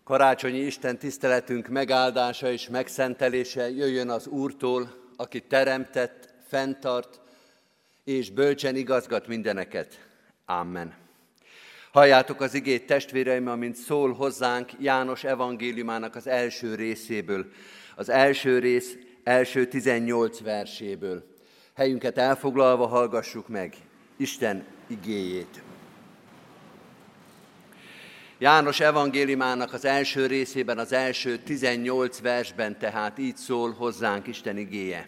Karácsonyi Isten tiszteletünk megáldása és megszentelése jöjjön az Úrtól, aki teremtett, fenntart és bölcsen igazgat mindeneket. Amen. Halljátok az igét, testvéreim, amint szól hozzánk János evangéliumának az első részéből, az első rész első 18 verséből. Helyünket elfoglalva hallgassuk meg Isten igéjét. János evangéliumának az első részében, az első 18 versben tehát így szól hozzánk Isten igéje.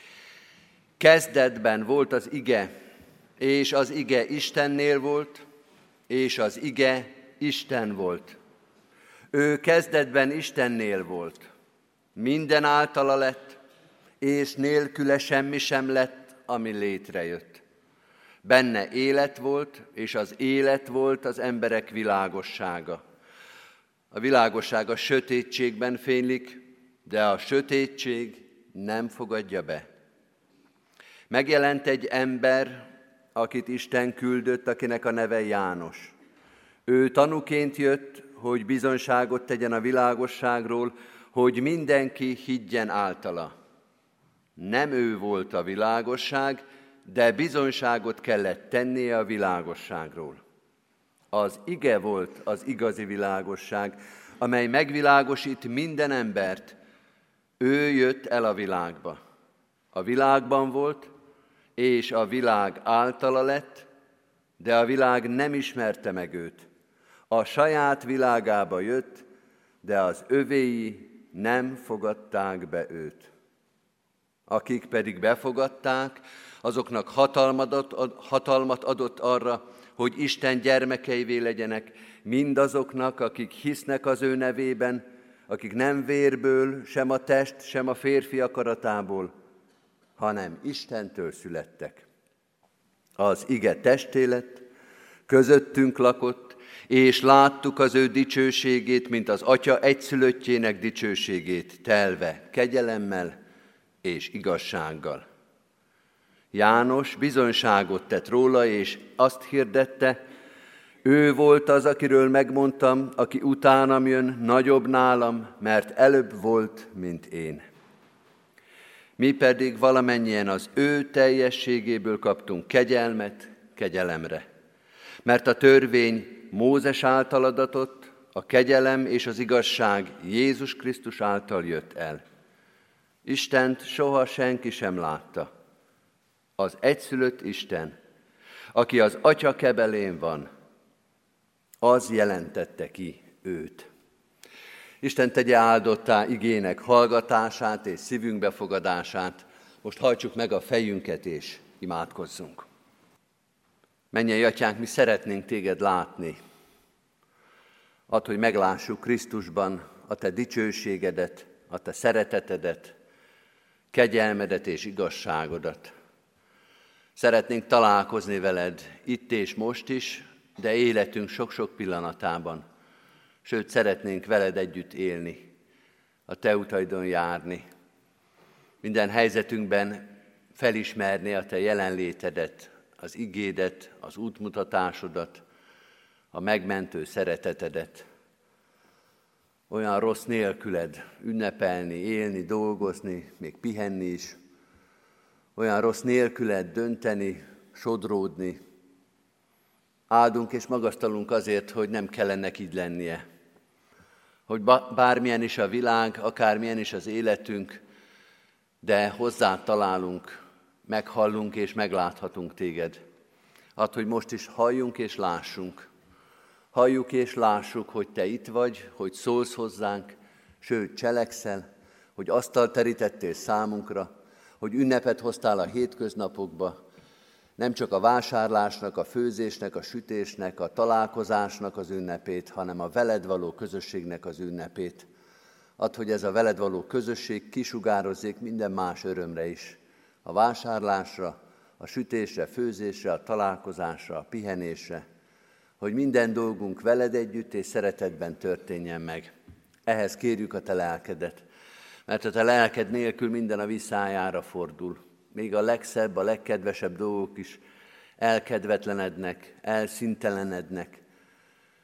Kezdetben volt az ige, és az ige Istennél volt, és az ige Isten volt. Ő kezdetben Istennél volt. Minden általa lett, és nélküle semmi sem lett, ami létrejött. Benne élet volt, és az élet volt az emberek világossága. A világosság a sötétségben fénylik, de a sötétség nem fogadja be. Megjelent egy ember, akit Isten küldött, akinek a neve János. Ő tanúként jött, hogy bizonyságot tegyen a világosságról, hogy mindenki higgyen általa. Nem ő volt a világosság, de bizonyságot kellett tennie a világosságról. Az ige volt az igazi világosság, amely megvilágosít minden embert. Ő jött el a világba. A világban volt, és a világ általa lett, de a világ nem ismerte meg őt. A saját világába jött, de az övéi nem fogadták be őt. Akik pedig befogadták, azoknak hatalmat adott arra, hogy Isten gyermekeivé legyenek, mindazoknak, akik hisznek az ő nevében, akik nem vérből, sem a test, sem a férfi akaratából, hanem Istentől születtek. Az ige testé lett, közöttünk lakott, és láttuk az ő dicsőségét, mint az Atya egyszülöttjének dicsőségét, telve kegyelemmel és igazsággal. János bizonyságot tett róla, és azt hirdette, ő volt az, akiről megmondtam, aki utánam jön, nagyobb nálam, mert előbb volt, mint én. Mi pedig valamennyien az ő teljességéből kaptunk kegyelmet kegyelemre. Mert a törvény Mózes által adatott, a kegyelem és az igazság Jézus Krisztus által jött el. Istent soha senki sem látta. Az egyszülött Isten, aki az Atya kebelén van, az jelentette ki őt. Isten tegye áldottá igének hallgatását és szívünk befogadását. Most hajtsuk meg a fejünket és imádkozzunk. Mennyei Atyánk, mi szeretnénk téged látni. Add, hogy meglássuk Krisztusban a te dicsőségedet, a te szeretetedet, kegyelmedet és igazságodat. Szeretnénk találkozni veled itt és most is, de életünk sok-sok pillanatában. Sőt, szeretnénk veled együtt élni, a te utaidon járni. Minden helyzetünkben felismerni a te jelenlétedet, az igédet, az útmutatásodat, a megmentő szeretetedet. Olyan rossz nélküled ünnepelni, élni, dolgozni, még pihenni is. Olyan rossz nélküled dönteni, sodródni. Áldunk és magasztalunk azért, hogy nem kell ennek így lennie. Hogy bármilyen is a világ, akármilyen is az életünk, de hozzá találunk, meghallunk és megláthatunk téged. Add, hogy most is halljunk és lássunk. Halljuk és lássuk, hogy te itt vagy, hogy szólsz hozzánk, sőt cselekszel, hogy asztalt terítettél számunkra, hogy ünnepet hoztál a hétköznapokba, nem csak a vásárlásnak, a főzésnek, a sütésnek, a találkozásnak az ünnepét, hanem a veled való közösségnek az ünnepét. Add, hogy ez a veled való közösség kisugározzék minden más örömre is. A vásárlásra, a sütésre, főzésre, a találkozásra, a pihenésre, hogy minden dolgunk veled együtt és szeretetben történjen meg. Ehhez kérjük a te lelkedet, mert a te lelked nélkül minden a visszájára fordul. Még a legszebb, a legkedvesebb dolgok is elkedvetlenednek, elszintelenednek.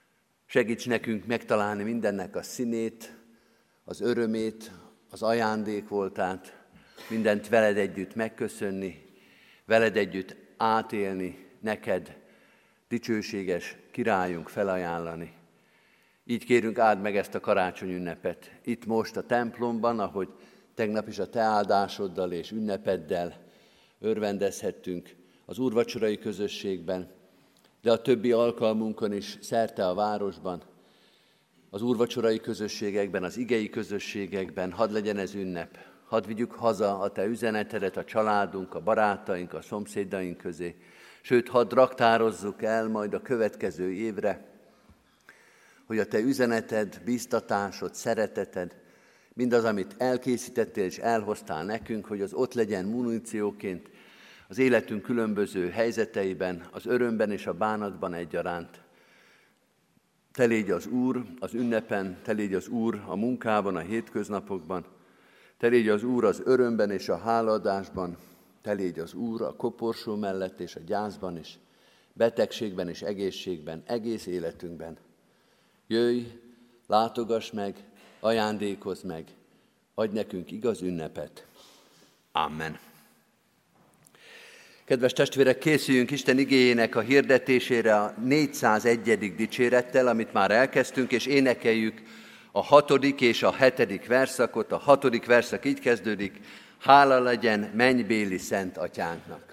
Segíts nekünk megtalálni mindennek a színét, az örömét, az ajándék voltát, mindent veled együtt megköszönni, veled együtt átélni, neked dicsőséges királyunk felajánlani. Így kérünk, áld meg ezt a karácsony ünnepet. Itt most a templomban, ahogy tegnap is a te áldásoddal és ünnepeddel örvendezhettünk az úrvacsorai közösségben, de a többi alkalmunkon is szerte a városban, az úrvacsorai közösségekben, az igei közösségekben, hadd legyen ez ünnep. Hadd vigyük haza a te üzenetedet a családunk, a barátaink, a szomszédaink közé. Sőt, hadd raktározzuk el majd a következő évre, hogy a te üzeneted, bíztatásod, szereteted, mindaz, amit elkészítettél és elhoztál nekünk, hogy az ott legyen munícióként az életünk különböző helyzeteiben, az örömben és a bánatban egyaránt. Te légy az Úr az ünnepen, te légy az Úr a munkában, a hétköznapokban, te légy az Úr az örömben és a hálaadásban, te légy az Úr a koporsó mellett és a gyászban is, betegségben és egészségben, egész életünkben. Jöjj, látogass meg, ajándékozz meg, adj nekünk igaz ünnepet. Amen. Kedves testvérek, készüljünk Isten igéjének a hirdetésére a 401. dicsérettel, amit már elkezdtünk, és énekeljük a 6. és a 7. verszakot. A 6. verszak így kezdődik: hála legyen mennybéli Szent Atyánknak.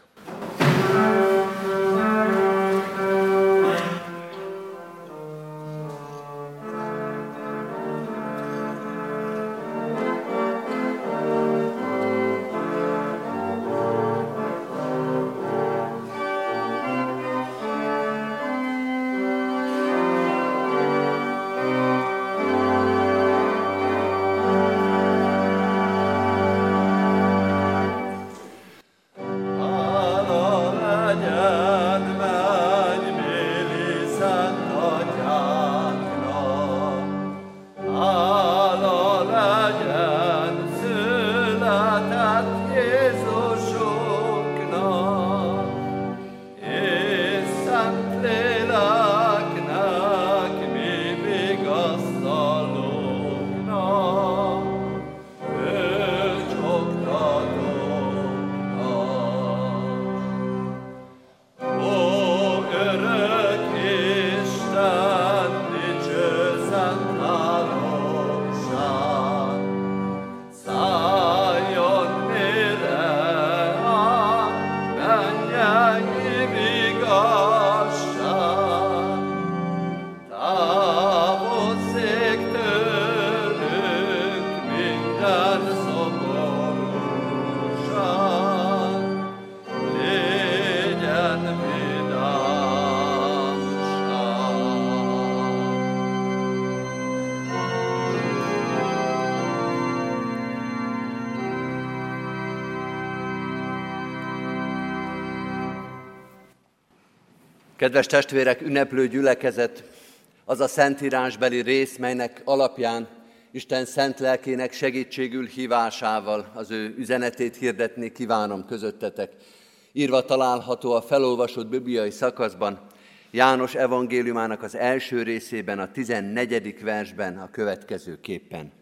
Kedves testvérek, ünneplő gyülekezet, az a szentírásbeli rész, melynek alapján Isten szent lelkének segítségül hívásával az ő üzenetét hirdetni kívánom közöttetek. Írva található a felolvasott bibliai szakaszban, János evangéliumának az első részében, a 14. versben a következőképpen.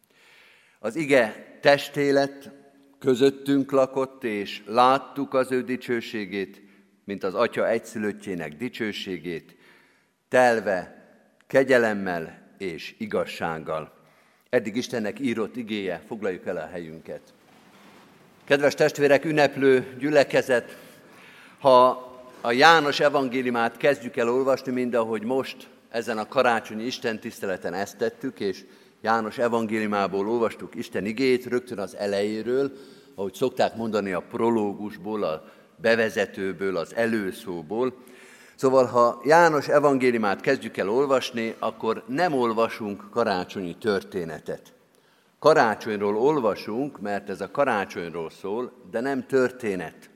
Az ige testé lett, közöttünk lakott, és láttuk az ő dicsőségét, mint az Atya egyszülöttjének dicsőségét, telve kegyelemmel és igazsággal. Eddig Istennek írott igéje, foglaljuk el a helyünket. Kedves testvérek, ünneplő gyülekezet, ha a János evangéliumát kezdjük el olvasni, mind ahogy most ezen a karácsonyi istentiszteleten ezt tettük, és János evangéliumából olvastuk Isten igéjét rögtön az elejéről, ahogy szokták mondani, a prológusból, a bevezetőből, az előszóból. Szóval, ha János evangéliumát kezdjük el olvasni, akkor nem olvasunk karácsonyi történetet. Karácsonyról olvasunk, mert ez a karácsonyról szól, de nem történet.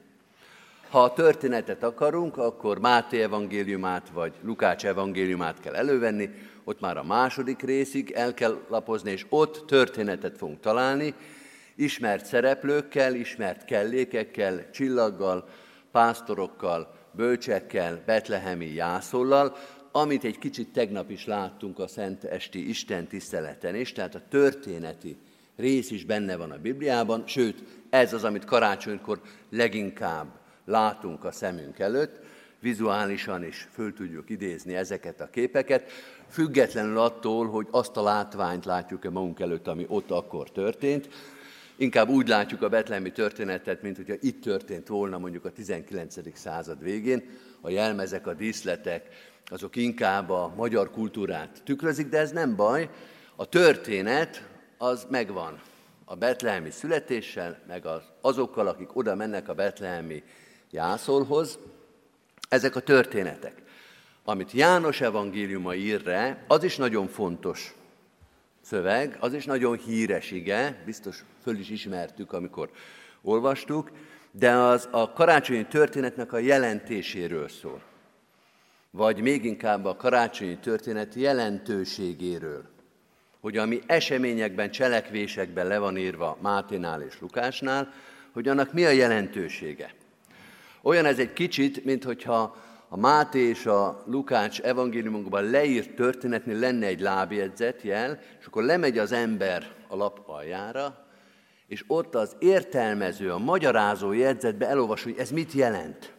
Ha történetet akarunk, akkor Máté evangéliumát vagy Lukács evangéliumát kell elővenni, ott már a második részig el kell lapozni, és ott történetet fogunk találni, ismert szereplőkkel, ismert kellékekkel, csillaggal, pásztorokkal, bölcsekkel, betlehemi jászollal, amit egy kicsit tegnap is láttunk a Szent Esti Isten tiszteleten is, tehát a történeti rész is benne van a Bibliában, sőt, ez az, amit karácsonykor leginkább látunk a szemünk előtt, vizuálisan is föl tudjuk idézni ezeket a képeket, függetlenül attól, hogy azt a látványt látjuk-e magunk előtt, ami ott akkor történt. Inkább úgy látjuk a betlehemi történetet, mint hogyha itt történt volna mondjuk a 19. század végén. A jelmezek, a díszletek, azok inkább a magyar kultúrát tükrözik, de ez nem baj. A történet az megvan a betlehemi születéssel, meg azokkal, akik oda mennek a betlehemi jászolhoz. Ezek a történetek, amit János evangéliuma ír rá, az is nagyon fontos szöveg, az is nagyon híres ige, biztos föl is ismertük, amikor olvastuk, de az a karácsonyi történetnek a jelentéséről szól. Vagy még inkább a karácsonyi történet jelentőségéről, hogy ami eseményekben, cselekvésekben le van írva Máténál és Lukásnál, hogy annak mi a jelentősége. Olyan ez egy kicsit, minthogyha a Máté és a Lukács evangéliumokban leírt történetnél lenne egy lábjegyzetjel, és akkor lemegy az ember a lap aljára, és ott az értelmező, a magyarázó jegyzetbe elolvas, hogy ez mit jelent.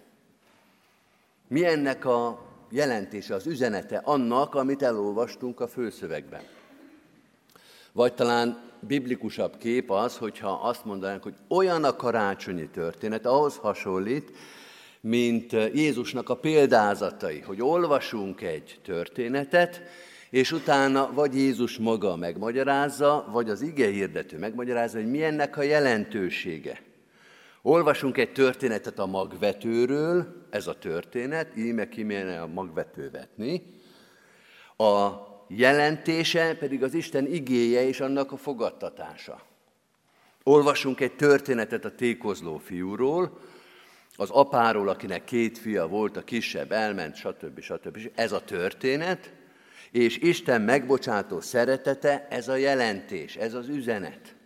Mi ennek a jelentése, az üzenete annak, amit elolvastunk a főszövegben. Vagy talán biblikusabb kép az, hogyha azt mondanánk, hogy olyan a karácsonyi történet, ahhoz hasonlít, mint Jézusnak a példázatai, hogy olvasunk egy történetet, és utána vagy Jézus maga megmagyarázza, vagy az ige hirdető megmagyarázza, hogy mi ennek a jelentősége. Olvasunk egy történetet a magvetőről, ez a történet, íme kimélne a magvető vetni, a jelentése pedig az Isten igéje és annak a fogadtatása. Olvasunk egy történetet a tékozló fiúról, az apáról, akinek 2 fia volt, a kisebb elment, stb. Ez a történet, és Isten megbocsátó szeretete, ez a jelentés, ez az üzenet.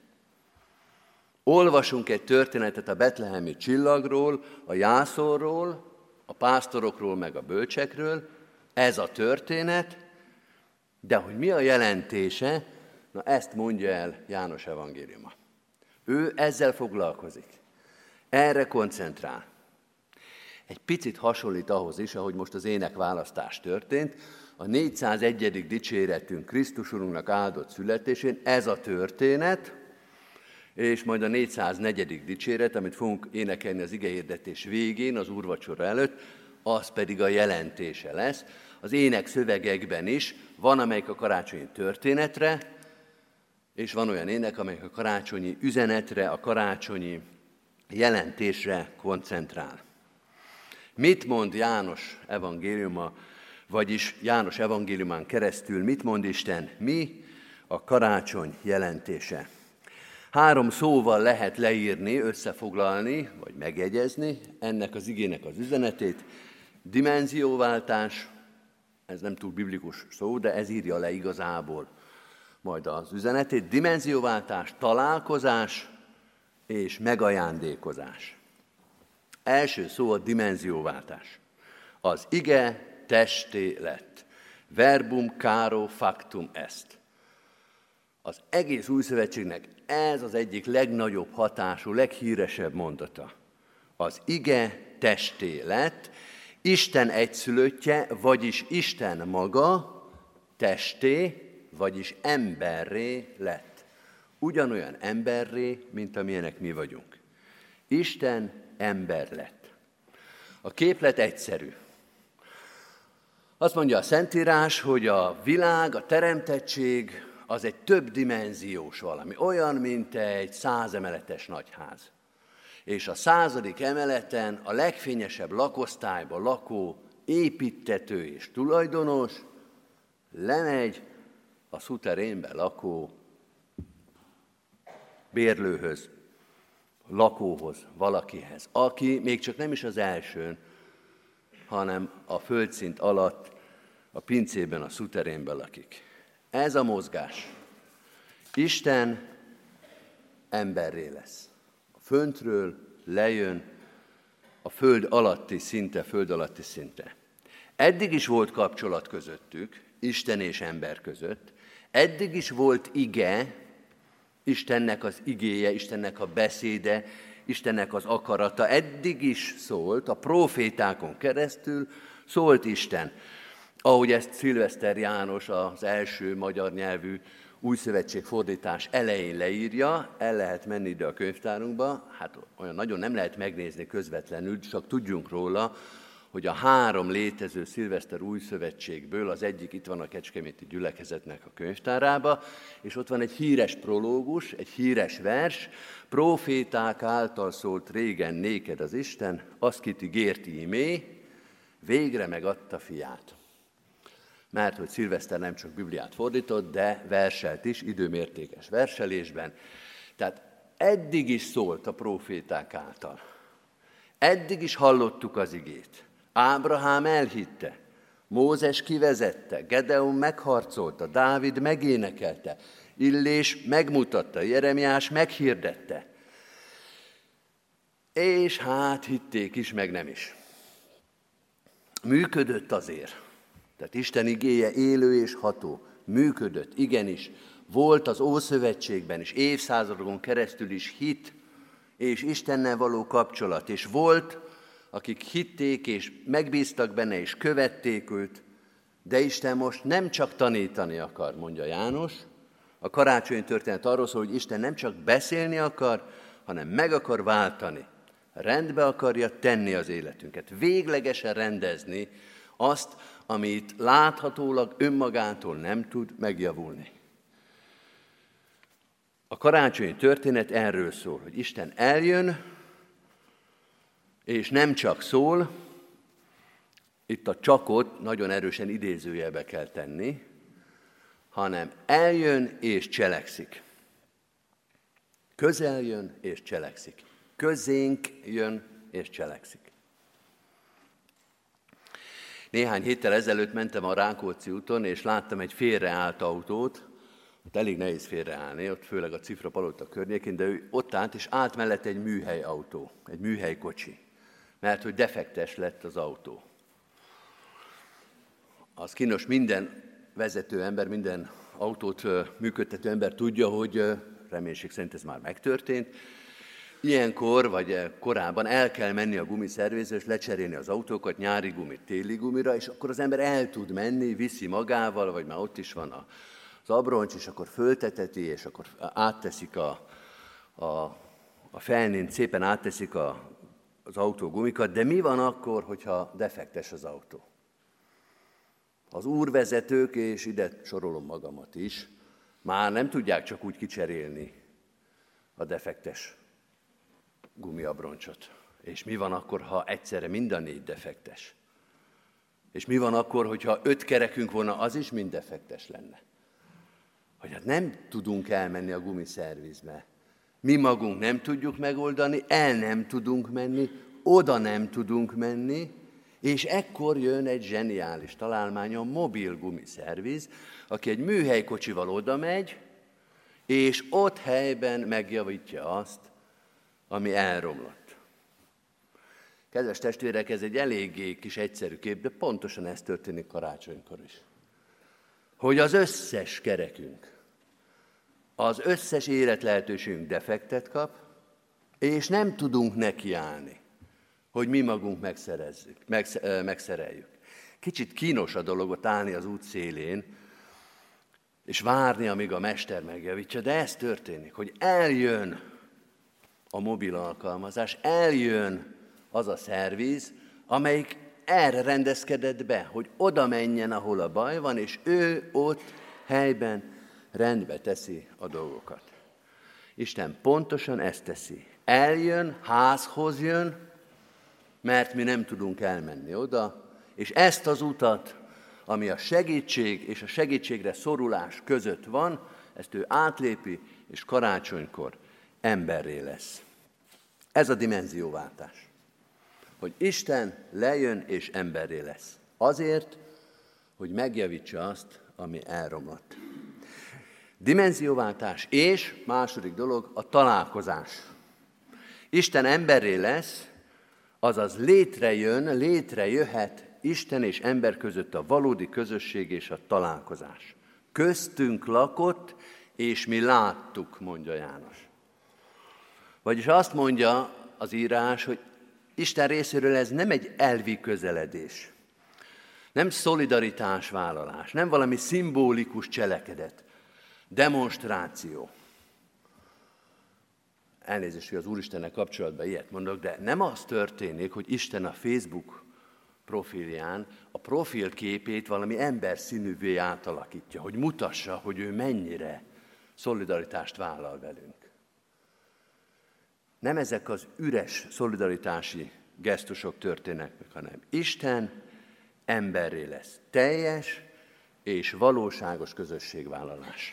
Olvasunk egy történetet a betlehemi csillagról, a jászolról, a pásztorokról, meg a bölcsekről, ez a történet, de hogy mi a jelentése, na ezt mondja el János evangéliuma. Ő ezzel foglalkozik, erre koncentrál. Egy picit hasonlít ahhoz is, ahogy most az énekválasztás történt, a 401. dicséretünk Krisztus Urunknak áldott születésén, ez a történet, és majd a 404. dicséret, amit fogunk énekelni az igehirdetés végén, az úrvacsora előtt, az pedig a jelentése lesz. Az ének szövegekben is van, amelyik a karácsonyi történetre, és van olyan ének, amelyik a karácsonyi üzenetre, a karácsonyi jelentésre koncentrál. Mit mond János evangéliuma, vagyis János evangéliumán keresztül, mit mond Isten? Mi a karácsony jelentése? 3 szóval lehet leírni, összefoglalni, vagy megjegyezni ennek az igének az üzenetét. Dimenzióváltás, ez nem túl biblikus szó, de ez írja le igazából majd az üzenetét. Dimenzióváltás, találkozás és megajándékozás. Első szó a dimenzióváltás. Az ige testé lett. Verbum caro factum est. Az egész új szövetségnek ez az egyik legnagyobb hatású, leghíresebb mondata. Az ige testé lett, Isten egyszülöttje, vagyis Isten maga testé, vagyis emberré lett. Ugyanolyan emberré, mint amilyenek mi vagyunk. Isten ember lett. A képlet egyszerű. Azt mondja a Szentírás, hogy a világ, a teremtettség az egy többdimenziós valami. Olyan, mint egy 100 emeletes nagyház. És a 100. emeleten a legfényesebb lakosztályban lakó építtető és tulajdonos lemegy a szuterénben lakó bérlőhöz, lakóhoz, valakihez, aki még csak nem is az elsőn, hanem a földszint alatt, a pincében, a szuterénben lakik. Ez a mozgás. Isten emberré lesz. A föntről lejön a föld alatti szinte. Eddig is volt kapcsolat közöttük, Isten és ember között. Eddig is volt ige, Istennek az igéje, Istennek a beszéde, Istennek az akarata. Eddig is szólt, a prófétákon keresztül szólt Isten. Ahogy ezt Szilveszter János az első magyar nyelvű újszövetség fordítás elején leírja, el lehet menni ide a könyvtárunkba, hát olyan nagyon nem lehet megnézni közvetlenül, csak tudjunk róla, hogy a 3 létező szilveszter újszövetségből az egyik itt van a Kecskeméti gyülekezetnek a könyvtárába, és ott van egy híres prológus, egy híres vers, próféták által szólt régen néked az Isten, azt kit ígért ímé, végre megadta fiát. Mert hogy Szilveszter nem csak Bibliát fordított, de verselt is, időmértékes verselésben. Tehát eddig is szólt a próféták által. Eddig is hallottuk az igét. Ábrahám elhitte, Mózes kivezette, Gedeon megharcolta, Dávid megénekelte, Illés megmutatta, Jeremiás meghirdette. És hát hitték is, meg nem is. Működött azért. Tehát Isten igéje élő és ható. Működött, igenis. Volt az Ószövetségben is, évszázadokon keresztül is hit, és Istennel való kapcsolat. És volt, akik hitték, és megbíztak benne, és követték őt, de Isten most nem csak tanítani akar, mondja János. A karácsonyi történet arról szól, hogy Isten nem csak beszélni akar, hanem meg akar váltani. Rendbe akarja tenni az életünket, véglegesen rendezni azt, amit láthatólag önmagától nem tud megjavulni. A karácsonyi történet erről szól, hogy Isten eljön, és nem csak szól, itt a csakot nagyon erősen idézőjelbe kell tenni, hanem eljön és cselekszik. Közel jön és cselekszik. Közénk jön és cselekszik. Néhány héttel ezelőtt mentem a Rákóczi úton, és láttam egy félreállt autót. Ott elég nehéz félreállni, ott főleg a Cifra Palota környékén, de ő ott állt, és állt mellett egy műhelyautó, egy műhelykocsi. Mert hogy defektes lett az autó. Az kínos, minden vezető ember, minden autót működtető ember tudja, hogy reménység szerint ez már megtörtént. Ilyenkor, vagy korábban el kell menni a gumiszervizre, és lecserélni az autókat nyári gumit téli gumira, és akkor az ember el tud menni, viszi magával, vagy már ott is van az abroncs, és akkor fölteteti, és akkor átteszik a felnén, szépen átteszik az autó gumikat, de mi van akkor, hogyha defektes az autó? Az úrvezetők, és ide sorolom magamat is, már nem tudják csak úgy kicserélni a defektes gumiabroncsot. És mi van akkor, ha egyszerre mind a 4 defektes? És mi van akkor, hogyha 5 kerekünk volna, az is mind defektes lenne? Hogy hát nem tudunk elmenni a gumiszervizbe. Mi magunk nem tudjuk megoldani, el nem tudunk menni, oda nem tudunk menni, és ekkor jön egy zseniális találmány, a mobil gumiszerviz, aki egy műhelykocsival oda megy, és ott helyben megjavítja azt, ami elromlott. Kedves testvérek, ez egy eléggé kis egyszerű kép, de pontosan ez történik karácsonykor is. Hogy az összes kerekünk, az összes életlehetőségünk defektet kap, és nem tudunk nekiállni, hogy mi magunk megszereljük. Kicsit kínos a dolog ott állni az út szélén, és várni, amíg a mester megjavítja, de ez történik, hogy eljön a mobil alkalmazás, eljön az a szerviz, amelyik erre rendezkedett be, hogy oda menjen, ahol a baj van, és ő ott helyben rendbe teszi a dolgokat. Isten pontosan ezt teszi. Eljön, házhoz jön, mert mi nem tudunk elmenni oda, és ezt az utat, ami a segítség és a segítségre szorulás között van, ezt ő átlépi, és karácsonykor emberré lesz. Ez a dimenzióváltás. Hogy Isten lejön és emberré lesz. Azért, hogy megjavítsa azt, ami elromlott. Dimenzióváltás és, második dolog, a találkozás. Isten emberré lesz, azaz létrejöhet Isten és ember között a valódi közösség és a találkozás. Köztünk lakott, és mi láttuk, mondja János. Vagyis azt mondja az írás, hogy Isten részéről ez nem egy elvi közeledés, nem szolidaritásvállalás, nem valami szimbolikus cselekedet, demonstráció. Elnézést, hogy az Úristennek kapcsolatban ilyet mondok, de nem az történik, hogy Isten a Facebook profilján a profilképét valami emberszínűvé átalakítja, hogy mutassa, hogy ő mennyire szolidaritást vállal velünk. Nem ezek az üres szolidaritási gesztusok történnek meg, hanem Isten emberré lesz. Teljes és valóságos közösségvállalás.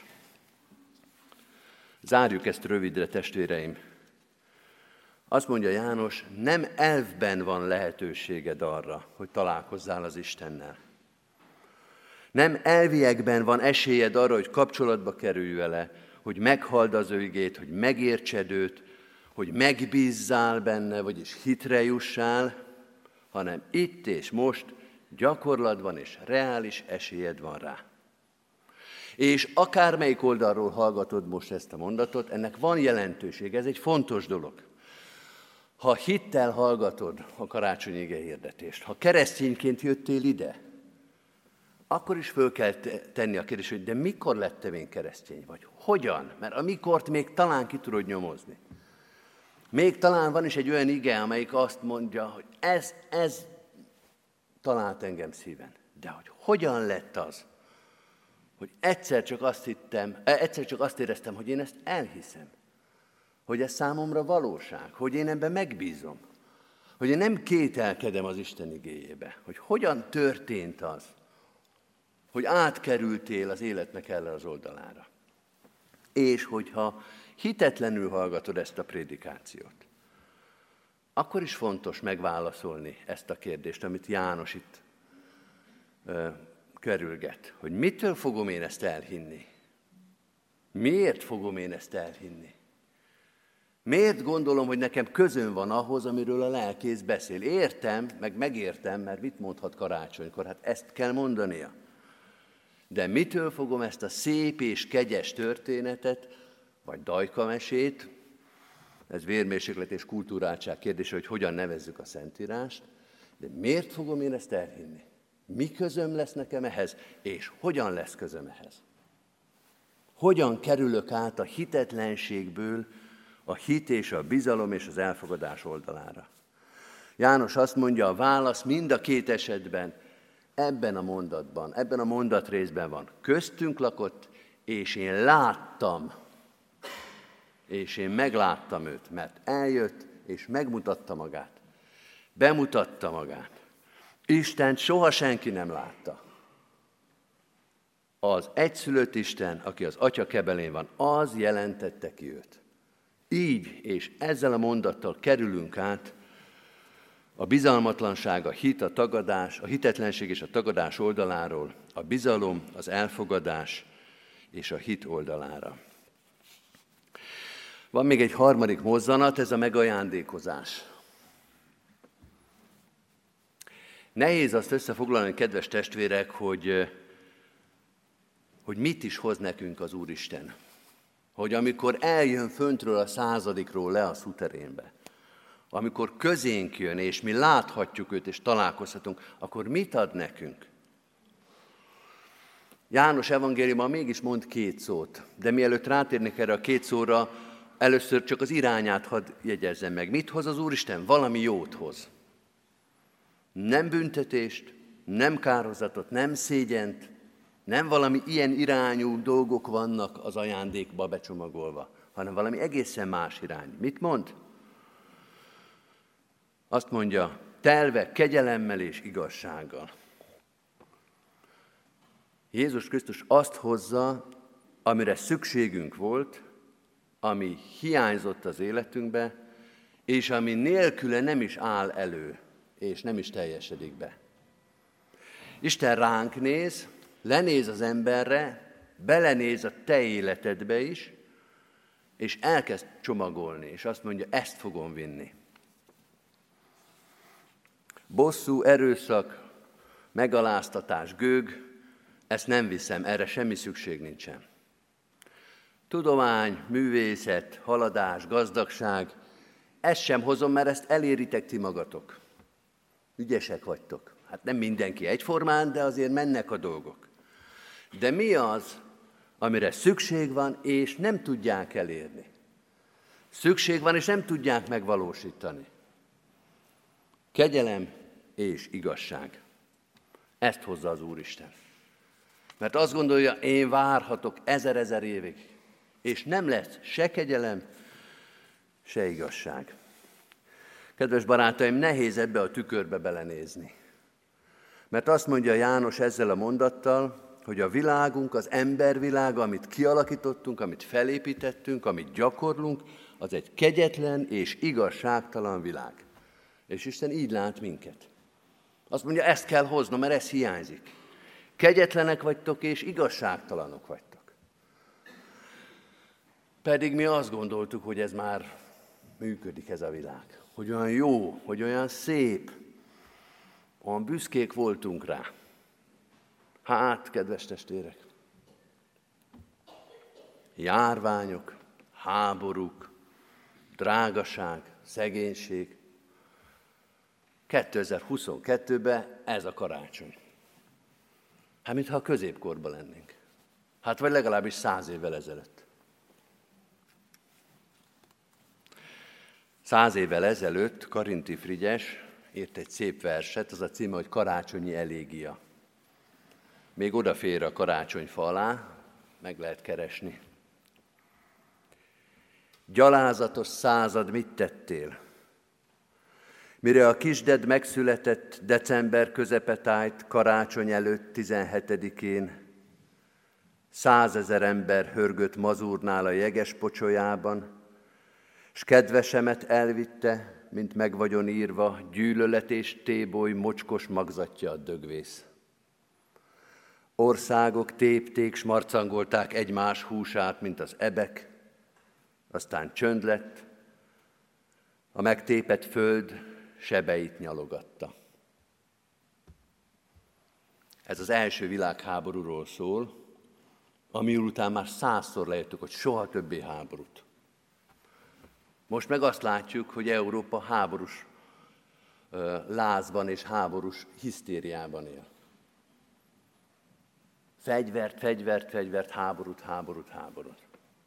Zárjuk ezt rövidre, testvéreim. Azt mondja János, nem elvben van lehetőséged arra, hogy találkozzál az Istennel. Nem elviekben van esélyed arra, hogy kapcsolatba kerülj vele, hogy meghalld az ő igét, hogy megértsed őt, hogy megbízzál benne, vagyis hitre jussál, hanem itt és most gyakorlatban és reális esélyed van rá. És akármelyik oldalról hallgatod most ezt a mondatot, ennek van jelentőség, ez egy fontos dolog. Ha hittel hallgatod a karácsonyi ige hirdetést, ha keresztényként jöttél ide, akkor is föl kell tenni a kérdést, hogy de mikor lettem én keresztény, vagy hogyan? Mert a mikort még talán ki tudod nyomozni. Még talán van is egy olyan ige, amelyik azt mondja, hogy ez talált engem szíven. De hogy hogyan lett az, hogy egyszer csak azt éreztem, hogy én ezt elhiszem. Hogy ez számomra valóság, hogy én ebben megbízom. Hogy én nem kételkedem az Isten igéjébe. Hogy hogyan történt az, hogy átkerültél az életnek erre az oldalára. És hogyha hitetlenül hallgatod ezt a prédikációt, akkor is fontos megválaszolni ezt a kérdést, amit János itt kerülget. Hogy mitől fogom én ezt elhinni? Miért fogom én ezt elhinni? Miért gondolom, hogy nekem közön van ahhoz, amiről a lelkész beszél? Értem, meg megértem, mert mit mondhat karácsonykor? Hát ezt kell mondania. De mitől fogom ezt a szép és kegyes történetet, vagy dajkamesét, ez vérmérséklet és kulturáltság kérdése, hogy hogyan nevezzük a Szentírást, de miért fogom én ezt elhinni? Mi közöm lesz nekem ehhez, és hogyan lesz közöm ehhez? Hogyan kerülök át a hitetlenségből a hit és a bizalom és az elfogadás oldalára? János azt mondja, a válasz mind a két esetben ebben a mondatban, ebben a mondatrészben van. Köztünk lakott, és én láttam, és én megláttam őt, mert eljött, és megmutatta magát. Bemutatta magát. Istent soha senki nem látta. Az egyszülött Isten, aki az Atya kebelén van, az jelentette ki őt. Így és ezzel a mondattal kerülünk át a bizalmatlanság, a hit, a tagadás, a hitetlenség és a tagadás oldaláról, a bizalom, az elfogadás és a hit oldalára. Van még egy harmadik mozzanat, ez a megajándékozás. Nehéz azt összefoglalni, kedves testvérek, hogy mit is hoz nekünk az Úristen. Hogy amikor eljön föntről a századikról le a szuterénbe, amikor közénk jön, és mi láthatjuk őt, és találkozhatunk, akkor mit ad nekünk? János evangéliumban mégis mond két szót, de mielőtt rátérnék erre a két szóra, először csak az irányát hadd jegyezzem meg. Mit hoz az Úristen? Valami jót hoz. Nem büntetést, nem kárhozatot, nem szégyent, nem valami ilyen irányú dolgok vannak az ajándékba becsomagolva, hanem valami egészen más irány. Mit mond? Azt mondja, telve kegyelemmel és igazsággal. Jézus Krisztus azt hozza, amire szükségünk volt, ami hiányzott az életünkbe, és ami nélküle nem is áll elő, és nem is teljesedik be. Isten ránk néz, lenéz az emberre, belenéz a te életedbe is, és elkezd csomagolni, és azt mondja, ezt fogom vinni. Bosszú, erőszak, megaláztatás, gőg, ezt nem viszem, erre semmi szükség nincsen. Tudomány, művészet, haladás, gazdagság, ezt sem hozom, mert ezt eléritek ti magatok. Ügyesek vagytok. Hát nem mindenki egyformán, de azért mennek a dolgok. De mi az, amire szükség van, és nem tudják elérni? Szükség van, és nem tudják megvalósítani. Kegyelem és igazság. Ezt hozza az Úristen. Mert azt gondolja, én várhatok 1000 évig, és nem lesz se kegyelem, se igazság. Kedves barátaim, nehéz ebbe a tükörbe belenézni. Mert azt mondja János ezzel a mondattal, hogy a világunk, az embervilága, amit kialakítottunk, amit felépítettünk, amit gyakorlunk, az egy kegyetlen és igazságtalan világ. És Isten így lát minket. Azt mondja, ezt kell hoznom, mert ez hiányzik. Kegyetlenek vagytok és igazságtalanok vagytok. Pedig mi azt gondoltuk, hogy ez már működik ez a világ. Hogy olyan jó, hogy olyan szép, olyan büszkék voltunk rá. Hát, kedves testvérek, járványok, háborúk, drágaság, szegénység. 2022-ben ez a karácsony. Hát, mintha a középkorban lennénk. Hát, vagy legalábbis 100 évvel ezelőtt. 100 évvel ezelőtt Karinti Frigyes írt egy szép verset, az a címe, hogy Karácsonyi elégia. Még odafér a karácsonyfa alá, meg lehet keresni. Gyalázatos század, mit tettél? Mire a kisded megszületett, december közepe tájt, karácsony előtt 17-én, 100 000 ember hörgött mazurnál a jeges pocsolyában, s kedvesemet elvitte, mint meg vagyon írva, gyűlölet és téboly mocskos magzatja a dögvész. Országok tépték, s marcangolták egymás húsát, mint az ebek, aztán csönd lett, a megtépett föld sebeit nyalogatta. Ez az első világháborúról szól, ami után már 100-szor leírtuk, hogy soha többé háborút. Most meg azt látjuk, hogy Európa háborús lázban és háborús hisztériában él. Fegyvert, háborút.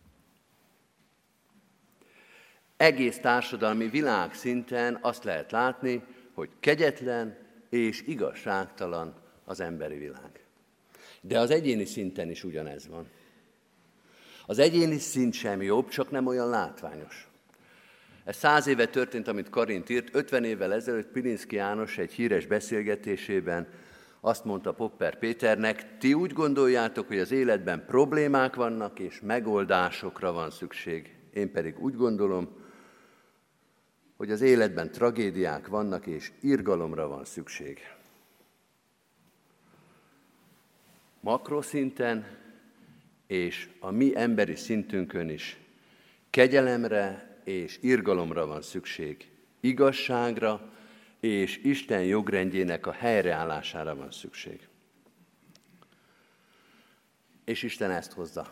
Egész társadalmi világszinten azt lehet látni, hogy kegyetlen és igazságtalan az emberi világ. De az egyéni szinten is ugyanez van. Az egyéni szint sem jobb, csak nem olyan látványos. Ez 100 éve történt, amit Karint írt, 50 évvel ezelőtt Pilinszky János egy híres beszélgetésében azt mondta Popper Péternek, ti úgy gondoljátok, hogy az életben problémák vannak, és megoldásokra van szükség. Én pedig úgy gondolom, hogy az életben tragédiák vannak, és irgalomra van szükség. Makroszinten és a mi emberi szintünkön is kegyelemre és irgalomra van szükség. Igazságra és Isten jogrendjének a helyreállására van szükség. És Isten ezt hozza.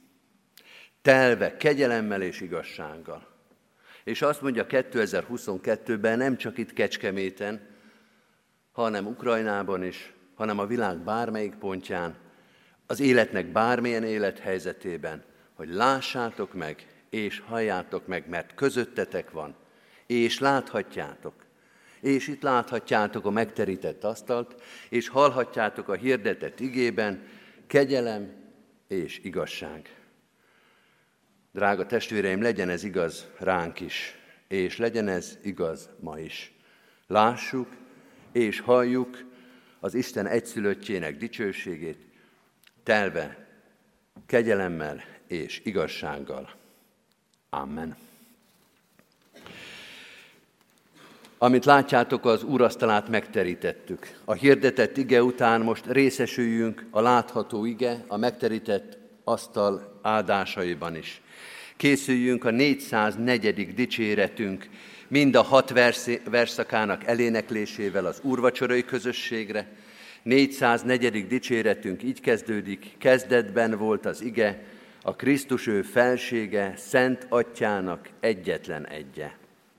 Telve kegyelemmel és igazsággal. És azt mondja 2022-ben nem csak itt Kecskeméten, hanem Ukrajnában is, hanem a világ bármelyik pontján, az életnek bármilyen élethelyzetében, hogy lássátok meg, és halljátok meg, mert közöttetek van, és láthatjátok. És itt láthatjátok a megterített asztalt, és hallhatjátok a hirdetett igében kegyelem és igazság. Drága testvéreim, legyen ez igaz ránk is, és legyen ez igaz ma is. Lássuk és halljuk az Isten egyszülöttjének dicsőségét, telve kegyelemmel és igazsággal. Amen. Amint látjátok, az úrasztalát megterítettük. A hirdetett ige után most részesüljünk a látható ige, a megterített asztal áldásaiban is. Készüljünk a 404. dicséretünk, mind a 6 verszakának eléneklésével az úrvacsorai közösségre, 404. dicséretünk így kezdődik: kezdetben volt az ige, a Krisztus ő felsége, Szent Atyának egyetlen egye.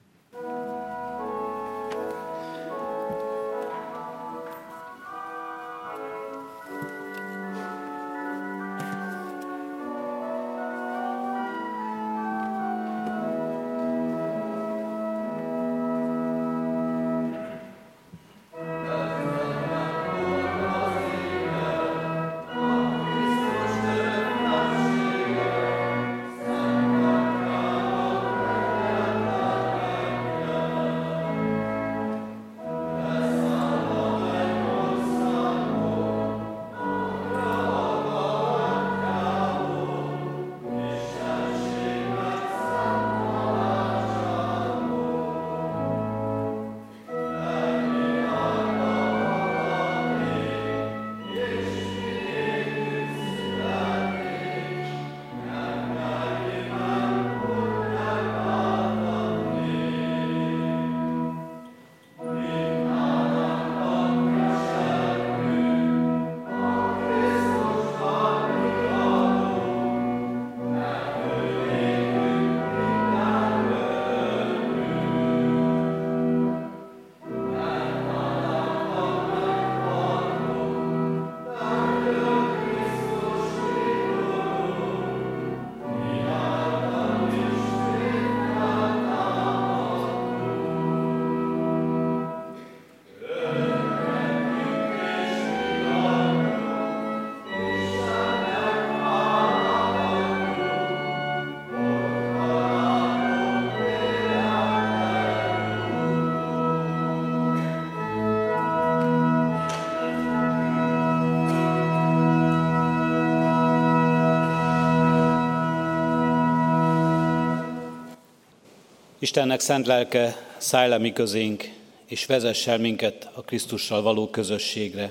Istennek szent lelke, szállj le mi közénk, és vezess el minket a Krisztussal való közösségre.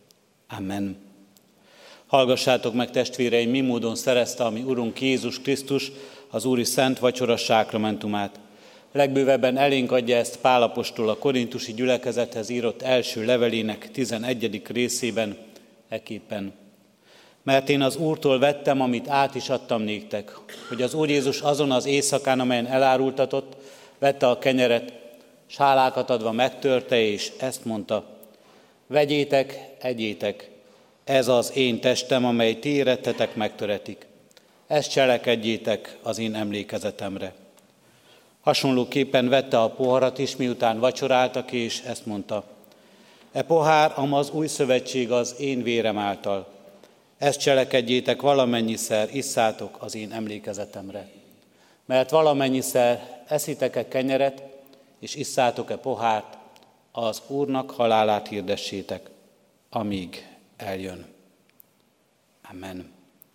Amen. Hallgassátok meg, testvéreim, mi módon szerezte a mi Urunk Jézus Krisztus az Úri Szent Vacsora sákramentumát. Legbővebben elénk adja ezt Pál apostol a korintusi gyülekezethez írott első levelének 11. részében, ekképpen. Mert én az Úrtól vettem, amit át is adtam néktek, hogy az Úr Jézus azon az éjszakán, amelyen elárultatott, vette a kenyeret, sálákat adva megtörte, és ezt mondta: vegyétek, egyétek, ez az én testem, amely ti érettetek megtöretik. Ezt cselekedjétek az én emlékezetemre. Hasonlóképpen vette a poharat is, miután vacsoráltak, és ezt mondta: e pohár, ama az új szövetség az én vérem által. Ezt cselekedjétek, valamennyiszer isszátok az én emlékezetemre. Mert valamennyiszer eszitek-e kenyeret, és isszátok-e pohárt, az Úrnak halálát hirdessétek, amíg eljön. Amen.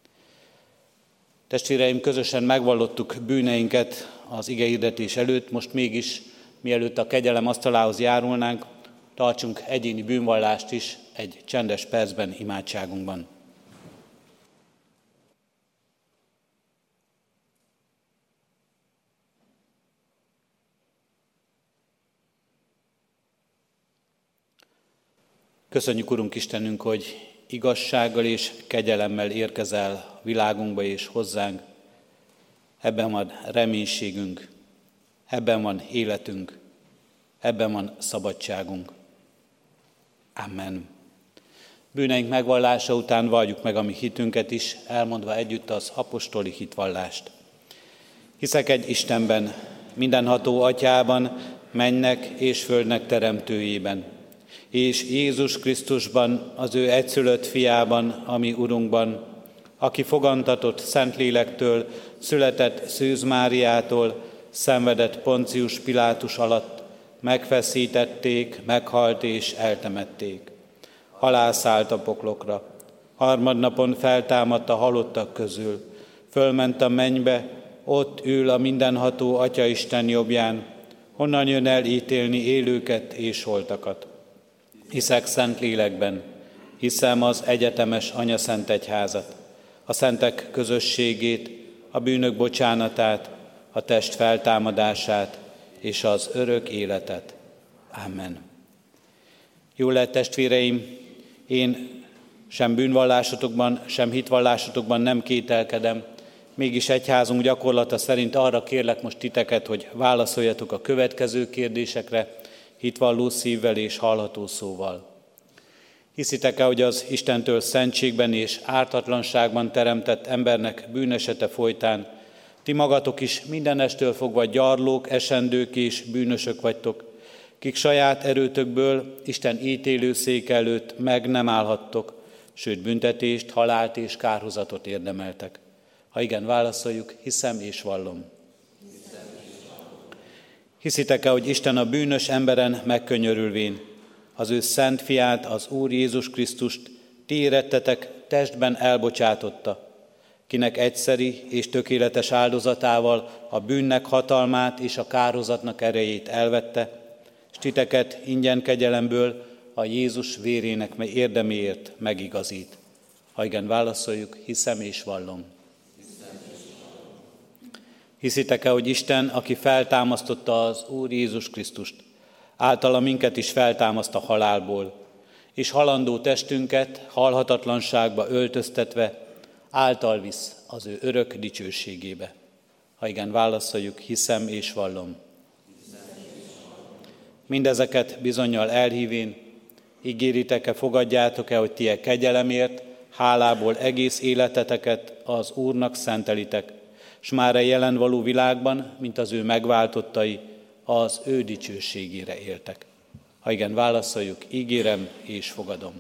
Testvéreim, közösen megvallottuk bűneinket az igehirdetés előtt, most mégis, mielőtt a kegyelem asztalához járulnánk, tartsunk egyéni bűnvallást is egy csendes percben imádságunkban. Köszönjük, Urunk Istenünk, hogy igazsággal és kegyelemmel érkezel a világunkba és hozzánk. Ebben van reménységünk, ebben van életünk, ebben van szabadságunk. Amen. Bűneink megvallása után valljuk meg a mi hitünket is, elmondva együtt az apostoli hitvallást. Hiszek egy Istenben, mindenható Atyában, mennek és földnek teremtőjében, és Jézus Krisztusban, az ő egyszülött fiában, ami Urunkban, aki fogantatott Szentlélektől, született Szűz Máriától, szenvedett Poncius Pilátus alatt, megfeszítették, meghalt és eltemették. Alászállt a poklokra, harmadnapon feltámadt a halottak közül, fölment a mennybe, ott ül a mindenható Atyaisten jobbján, honnan jön el ítélni élőket és holtakat. Hiszek Szentlélekben, hiszem az egyetemes Anyaszent Egyházat, a szentek közösségét, a bűnök bocsánatát, a test feltámadását és az örök életet. Amen. Jól lehet, testvéreim, Én sem bűnvallásotokban, sem hitvallásotokban nem kételkedem, mégis egyházunk gyakorlata szerint arra kérlek most titeket, hogy válaszoljatok a következő kérdésekre hitvalló szívvel és hallható szóval. Hiszitek-e, hogy az Istentől szentségben és ártatlanságban teremtett embernek bűnesete folytán ti magatok is mindenestől fogva gyarlók, esendők és bűnösök vagytok, kik saját erőtökből Isten ítélőszék előtt meg nem állhattok, sőt büntetést, halált és kárhozatot érdemeltek? Ha igen, válaszoljuk, hiszem és vallom. Hiszitek-e, hogy Isten a bűnös emberen megkönyörülvén az ő szent fiát, az Úr Jézus Krisztust ti érettetek testben elbocsátotta, kinek egyszeri és tökéletes áldozatával a bűnnek hatalmát és a kárhozatnak erejét elvette, s titeket ingyen kegyelemből a Jézus vérének érdeméért megigazít. Ha igen, válaszoljuk, hiszem és vallom. Hiszitek-e, hogy Isten, aki feltámasztotta az Úr Jézus Krisztust, általa minket is feltámaszt a halálból, és halandó testünket halhatatlanságba öltöztetve által visz az ő örök dicsőségébe? Ha igen, válaszoljuk, hiszem és vallom. Mindezeket bizonnyal elhívén, ígéritek-e, fogadjátok-e, hogy ti e kegyelemért, hálából egész életeteket az Úrnak szentelitek, s már a jelen való világban, mint az ő megváltottai, az ő dicsőségére éltek. Ha igen, válaszoljuk, ígérem és fogadom.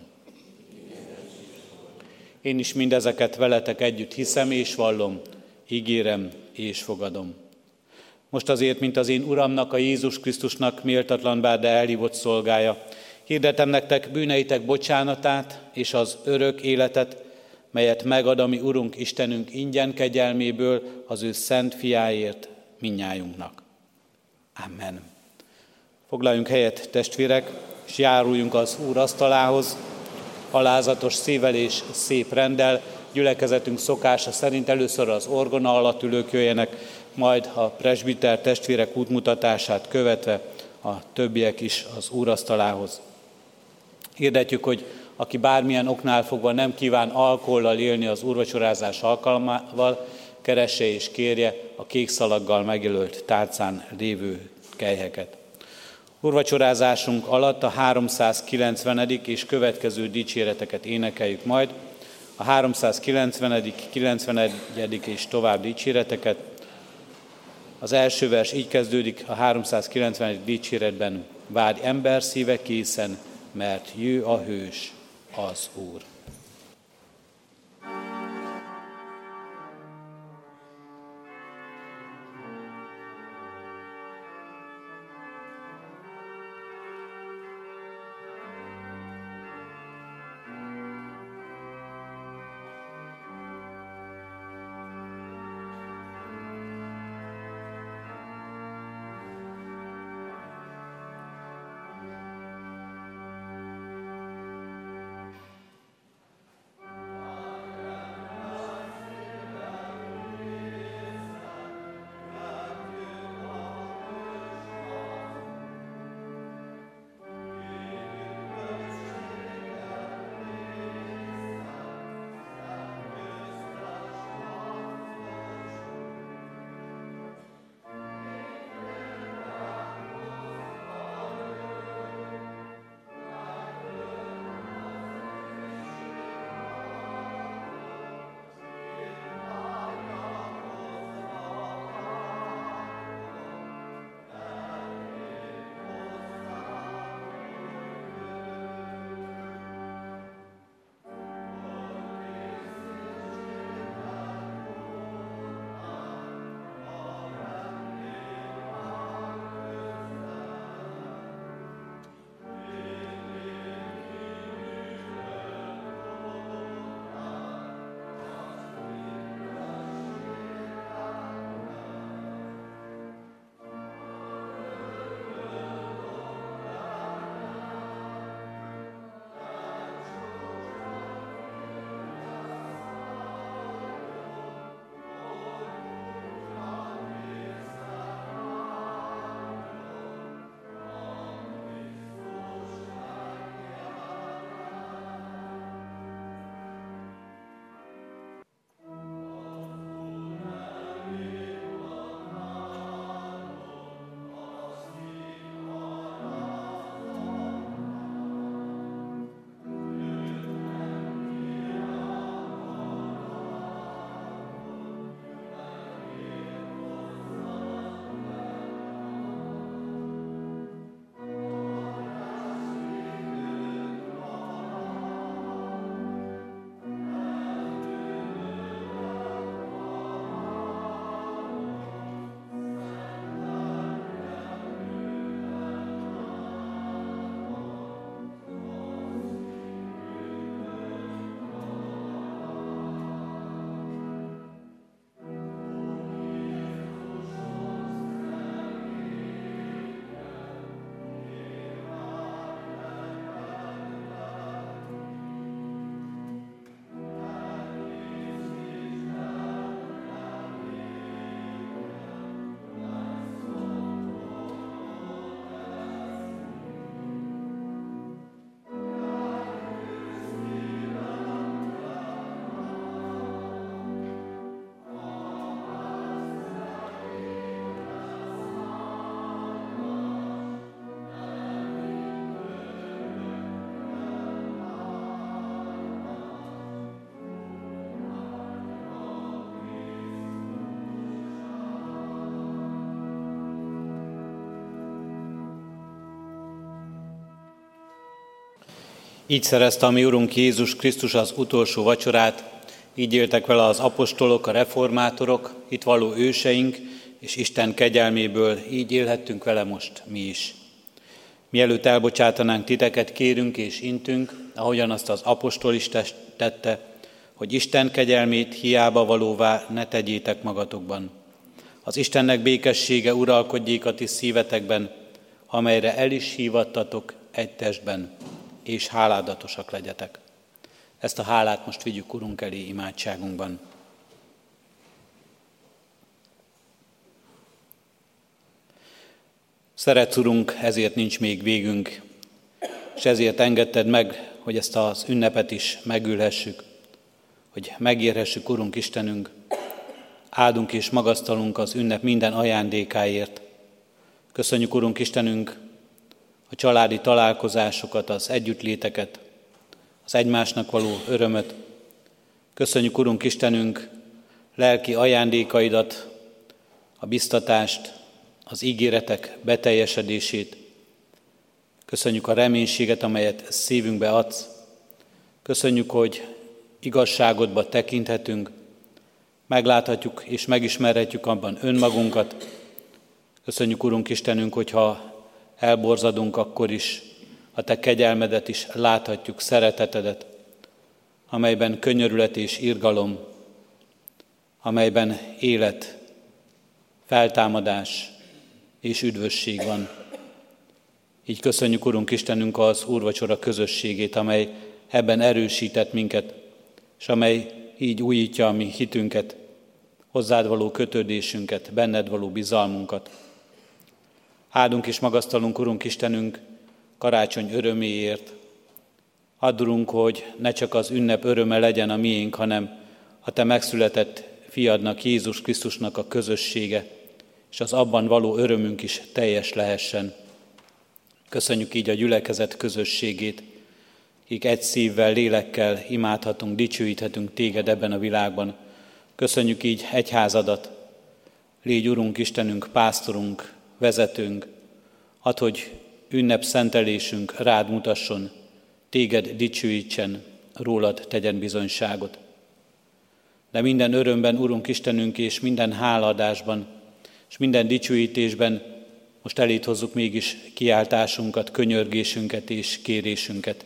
Én is mindezeket veletek együtt hiszem és vallom, ígérem és fogadom. Most azért, mint az én Uramnak, a Jézus Krisztusnak méltatlan bár, de elhívott szolgája, hirdetem nektek bűneitek bocsánatát és az örök életet, melyet megad a mi Urunk Istenünk ingyen kegyelméből az ő szent fiáért mindnyájunknak. Amen. Foglaljunk helyet, testvérek, és járuljunk az Úr asztalához, alázatos szívvel és szép renddel. Gyülekezetünk szokása szerint először az orgona alatt ülők jöjjenek, majd a presbiter testvérek útmutatását követve a többiek is az Úr asztalához. Hirdetjük, hogy aki bármilyen oknál fogva nem kíván alkohollal élni az úrvacsorázás alkalmával, keresse és kérje a kék szalaggal megjelölt tálcán lévő kelyheket. Úrvacsorázásunk alatt a 390. és következő dicséreteket énekeljük majd. A 390., 91. és tovább dicséreteket. Az első vers így kezdődik a 390. dicséretben: Várj ember szíve készen, mert jő a hős, az Úr. Így szerezte a mi Urunk Jézus Krisztus az utolsó vacsorát, így éltek vele az apostolok, a reformátorok, itt való őseink, és Isten kegyelméből így élhettünk vele most mi is. Mielőtt elbocsátanánk titeket, kérünk és intünk, ahogyan azt az apostol is tette, hogy Isten kegyelmét hiába valóvá ne tegyétek magatokban. Az Istennek békessége uralkodjék a ti szívetekben, amelyre el is hívattatok egy testben, és háládatosak legyetek. Ezt a hálát most vigyük Urunk elé imádságunkban. Szeretsz, Urunk, ezért nincs még végünk, és ezért engedted meg, hogy ezt az ünnepet is megülhessük, hogy megérhessük, Urunk Istenünk. Áldunk és magasztalunk az ünnep minden ajándékáért. Köszönjük, Urunk Istenünk, a családi találkozásokat, az együttléteket, az egymásnak való örömöt. Köszönjük, Urunk Istenünk, lelki ajándékaidat, a biztatást, az ígéretek beteljesedését. Köszönjük a reménységet, amelyet szívünkbe adsz. Köszönjük, hogy igazságodba tekinthetünk, megláthatjuk és megismerhetjük abban önmagunkat. Köszönjük, Urunk Istenünk, hogyha elborzadunk, akkor is a te kegyelmedet is láthatjuk, szeretetedet, amelyben könyörület és irgalom, amelyben élet, feltámadás és üdvösség van. Így köszönjük, Urunk Istenünk, az úrvacsora közösségét, amely ebben erősített minket, és amely így újítja a mi hitünket, hozzád való kötődésünket, benned való bizalmunkat. Áldunk és magasztalunk, Urunk Istenünk, karácsony öröméért. Add, Urunk, hogy ne csak az ünnep öröme legyen a miénk, hanem a te megszületett fiadnak, Jézus Krisztusnak a közössége, és az abban való örömünk is teljes lehessen. Köszönjük így a gyülekezet közösségét, akik egy szívvel, lélekkel imádhatunk, dicsőíthetünk téged ebben a világban. Köszönjük így egyházadat. Légy, Urunk Istenünk, pásztorunk, vezetőnk, add, hogy ünnepszentelésünk rád mutasson, téged dicsőítsen, rólad tegyen bizonyságot. De minden örömben, Urunk Istenünk, és minden hálaadásban, és minden dicsőítésben most eléd hozzuk mégis kiáltásunkat, könyörgésünket és kérésünket.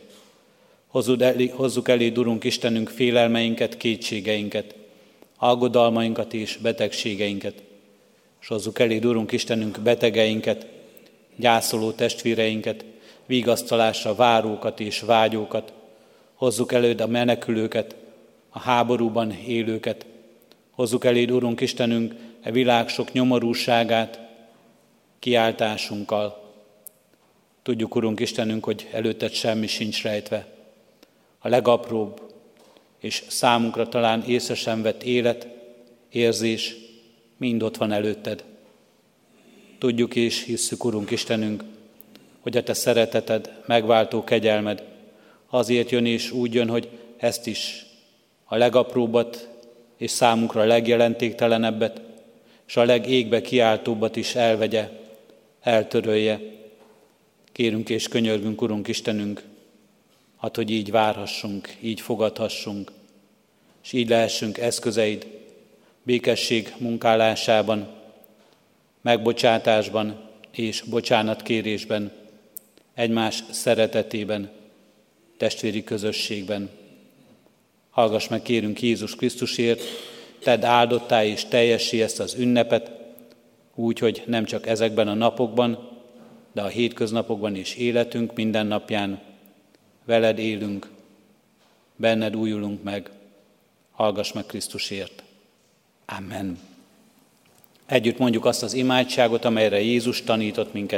Hozzuk eléd, Urunk Istenünk, félelmeinket, kétségeinket, aggodalmainkat és betegségeinket, és hozzuk eléd, Urunk Istenünk, betegeinket, gyászoló testvéreinket, vigasztalásra várókat és vágyókat, hozzuk eléd a menekülőket, a háborúban élőket, hozzuk eléd, Urunk Istenünk, e világ sok nyomorúságát kiáltásunkkal. Tudjuk, Urunk Istenünk, hogy előtted semmi sincs rejtve. A legapróbb és számunkra talán észre sem vett élet, érzés, mind ott van előtted. Tudjuk és hisszük, Urunk Istenünk, hogy a te szereteted, megváltó kegyelmed azért jön és úgy jön, hogy ezt is, a legapróbbat és számunkra a legjelentéktelenebbet, és a legégbe kiáltóbbat is elvegye, eltörölje. Kérünk és könyörgünk, Urunk Istenünk, add, hogy így várhassunk, így fogadhassunk, és így lehessünk eszközeid békesség munkálásában, megbocsátásban és bocsánatkérésben, egymás szeretetében, testvéri közösségben. Hallgass meg, kérünk, Jézus Krisztusért, tedd áldottá és teljessé ezt az ünnepet, úgy, hogy nem csak ezekben a napokban, de a hétköznapokban is életünk minden napján veled élünk, benned újulunk meg. Hallgass meg Krisztusért. Amen. Együtt mondjuk azt az imádságot, amelyre Jézus tanított minket.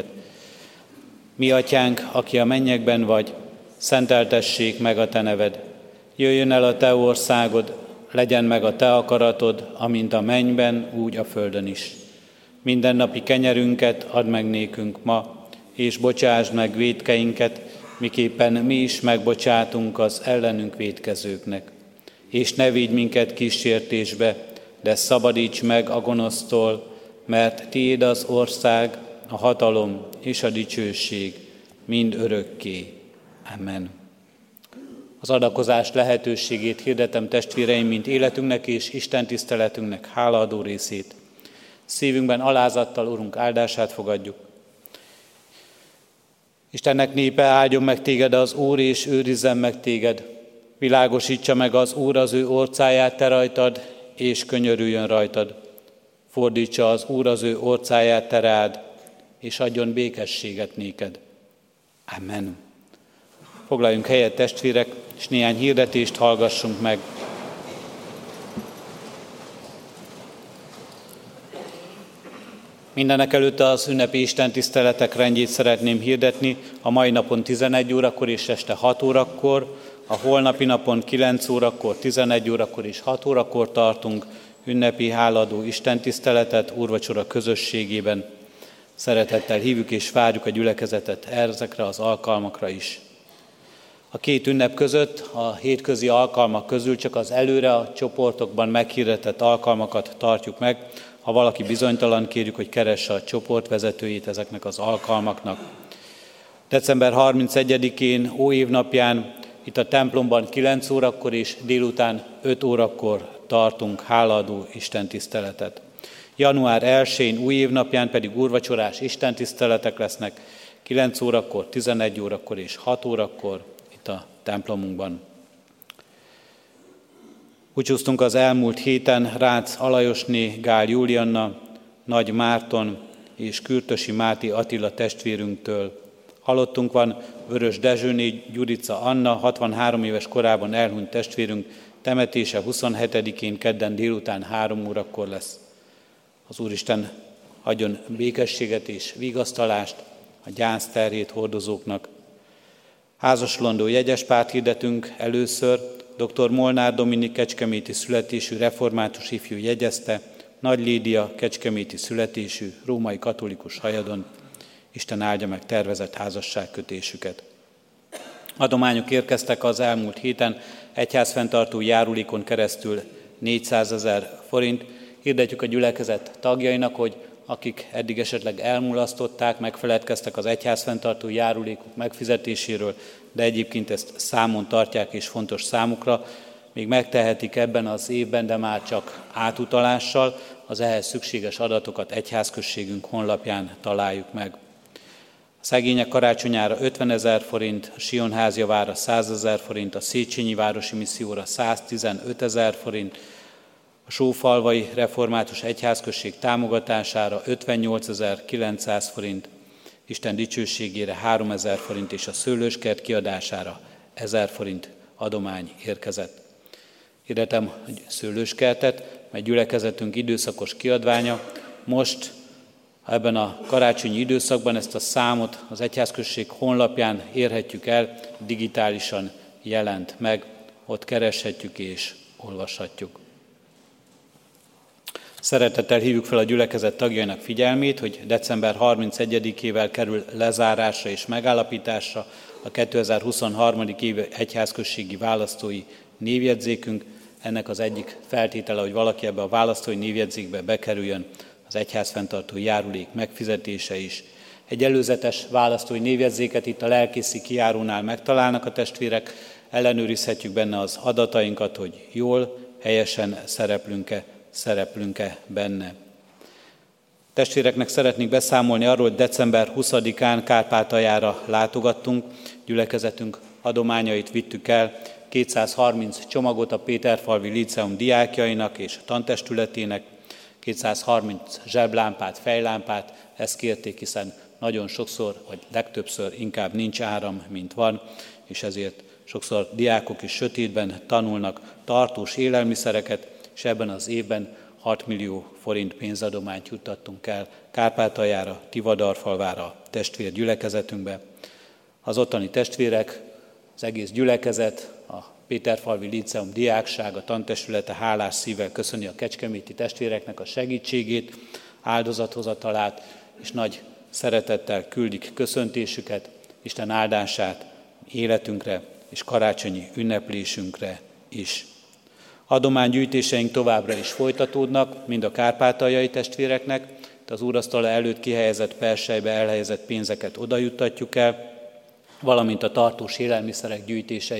Mi atyánk, aki a mennyekben vagy, szenteltessék meg a te neved. Jöjjön el a te országod, legyen meg a te akaratod, amint a mennyben, úgy a földön is. Mindennapi kenyerünket add meg nékünk ma, és bocsásd meg vétkeinket, miképpen mi is megbocsátunk az ellenünk vétkezőknek. És ne vigy minket kísértésbe, de szabadíts meg a gonosztól, mert tiéd az ország, a hatalom és a dicsőség mind örökké. Amen. Az adakozás lehetőségét hirdetem testvéreim, mint életünknek és Isten tiszteletünknek hálaadó részét. Szívünkben alázattal Urunk áldását fogadjuk. Istennek népe, áldjon meg téged az Úr, és őrizzen meg téged. Világosítsa meg az Úr az ő orcáját te rajtad, és könyörüljön rajtad. Fordítsa az Úr az ő orcáját te rád, és adjon békességet néked. Amen. Foglaljunk helyet, testvérek, és néhány hirdetést hallgassunk meg. Mindenek előtt az ünnepi istentiszteletek rendjét szeretném hirdetni. A mai napon 11 órakor és este 6 órakor, a holnapi napon 9 órakor, 11 órakor és 6 órakor tartunk ünnepi hálaadó istentiszteletet úrvacsora közösségében. Szeretettel hívjuk és várjuk a gyülekezetet ezekre az alkalmakra is. A két ünnep között, a hétközi alkalmak közül csak az előre a csoportokban meghirdetett alkalmakat tartjuk meg. Ha valaki bizonytalan, kérjük, hogy keresse a csoportvezetőjét ezeknek az alkalmaknak. December 31-én, óévnapján, itt a templomban 9 órakor és délután 5 órakor tartunk hálaadó istentiszteletet. Január 1-én, újévnapján pedig úrvacsorás istentiszteletek lesznek 9 órakor, 11 órakor és 6 órakor itt a templomunkban. Búcsúztunk az elmúlt héten Rácz Alajosné, Gál Júlianna, Nagy Márton és Kürtösi Máté Attila testvérünktől. Halottunk van Vörös Dezsőné Gyurica Anna, 63 éves korában elhunyt testvérünk, temetése 27-én kedden délután 3 órakor lesz. Az Úristen adjon békességet és vigasztalást a gyász terhét hordozóknak. Házaslandó jegyespárt hirdetünk először. Dr. Molnár Dominik kecskeméti születésű református ifjú jegyezte, Nagy Lídia kecskeméti születésű római katolikus hajadon. Isten áldja meg tervezett házasságkötésüket. Adományok érkeztek az elmúlt héten, egyházfenntartó járulékon keresztül 400 000 forint. Hirdetjük a gyülekezet tagjainak, hogy akik eddig esetleg elmulasztották, megfeledkeztek az egyházfenntartó járulékok megfizetéséről, de egyébként ezt számon tartják és fontos számukra, még megtehetik ebben az évben, de már csak átutalással. Az ehhez szükséges adatokat egyházközségünk honlapján találjuk meg. A szegények karácsonyára 50 000 forint, a Sionházjavára 100 000 forint, a Széchenyi Városi Misszióra 115 000 forint, a Sófalvai Református Egyházközség támogatására 58 900 forint, Isten dicsőségére 3 000 forint és a szőlőskert kiadására 1000 forint adomány érkezett. Hirdetem a szőlőskertet, mely gyülekezetünk időszakos kiadványa. Most ebben a karácsonyi időszakban ezt a számot az egyházközség honlapján érhetjük el, digitálisan jelent meg, ott kereshetjük és olvashatjuk. Szeretettel hívjuk fel a gyülekezet tagjainak figyelmét, hogy december 31-ével kerül lezárásra és megállapításra a 2023. év egyházközségi választói névjegyzékünk. Ennek az egyik feltétele, hogy valaki ebbe a választói névjegyzékbe bekerüljön, az egyházfenntartó járulék megfizetése is. Egy előzetes választói névjegyzéket itt a lelkészi kijárónál megtalálnak a testvérek, ellenőrizhetjük benne az adatainkat, hogy jól, helyesen szereplünk-e benne. Testvéreknek szeretnék beszámolni arról, hogy december 20-án Kárpátaljára látogattunk, gyülekezetünk adományait vittük el, 230 csomagot a Péterfalvi Líceum diákjainak és a tantestületének, 230 zseblámpát, fejlámpát, ezt kérték, hiszen nagyon sokszor, vagy legtöbbször inkább nincs áram, mint van, és ezért sokszor diákok is sötétben tanulnak tartós élelmiszereket, és ebben az évben 6 millió forint pénzadományt juttattunk el Kárpátaljára, Tivadarfalvára, testvér gyülekezetünkbe. Az ottani testvérek, az egész gyülekezet, a Péterfalvi Líceum diáksága, tantestülete hálás szívvel köszöni a kecskeméti testvéreknek a segítségét, áldozathozatalát, és nagy szeretettel küldik köszöntésüket, Isten áldását életünkre és karácsonyi ünneplésünkre is. Adománygyűjtéseink továbbra is folytatódnak, mind a kárpátaljai testvéreknek, az úrasztala előtt kihelyezett perselybe elhelyezett pénzeket odajuttatjuk el, valamint a tartós élelmiszerek gyűjtése is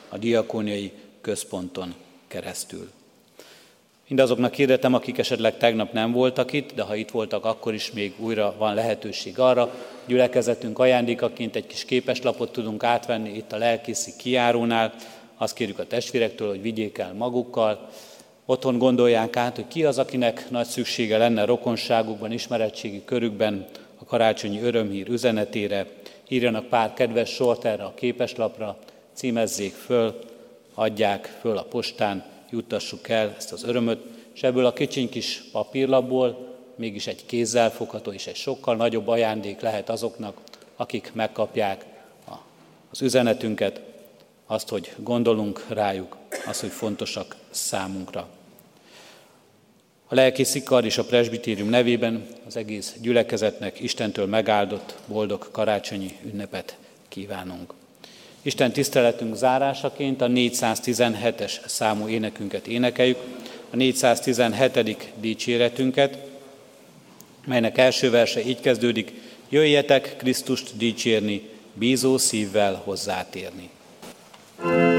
a diakóniai központon keresztül. Mindazoknak hirdetem, akik esetleg tegnap nem voltak itt, de ha itt voltak, akkor is még újra van lehetőség arra. Gyülekezetünk ajándékaként egy kis képeslapot tudunk átvenni itt a lelkészi kijárónál. Azt kérjük a testvérektől, hogy vigyék el magukkal. Otthon gondolják át, hogy ki az, akinek nagy szüksége lenne rokonságukban, ismeretségi körükben a karácsonyi örömhír üzenetére. Írjanak pár kedves sort erre a képeslapra, címezzék föl, adják föl a postán, juttassuk el ezt az örömöt, és ebből a kicsiny kis papírlapból mégis egy kézzel fogható és egy sokkal nagyobb ajándék lehet azoknak, akik megkapják az üzenetünket, azt, hogy gondolunk rájuk, azt, hogy fontosak számunkra. A lelkészi kar és a presbitérium nevében az egész gyülekezetnek Istentől megáldott, boldog karácsonyi ünnepet kívánunk. Isten tiszteletünk zárásaként a 417-es számú énekünket énekeljük, a 417. dicséretünket, melynek első verse így kezdődik: jöjjetek Krisztust dicsérni, bízó szívvel hozzátérni.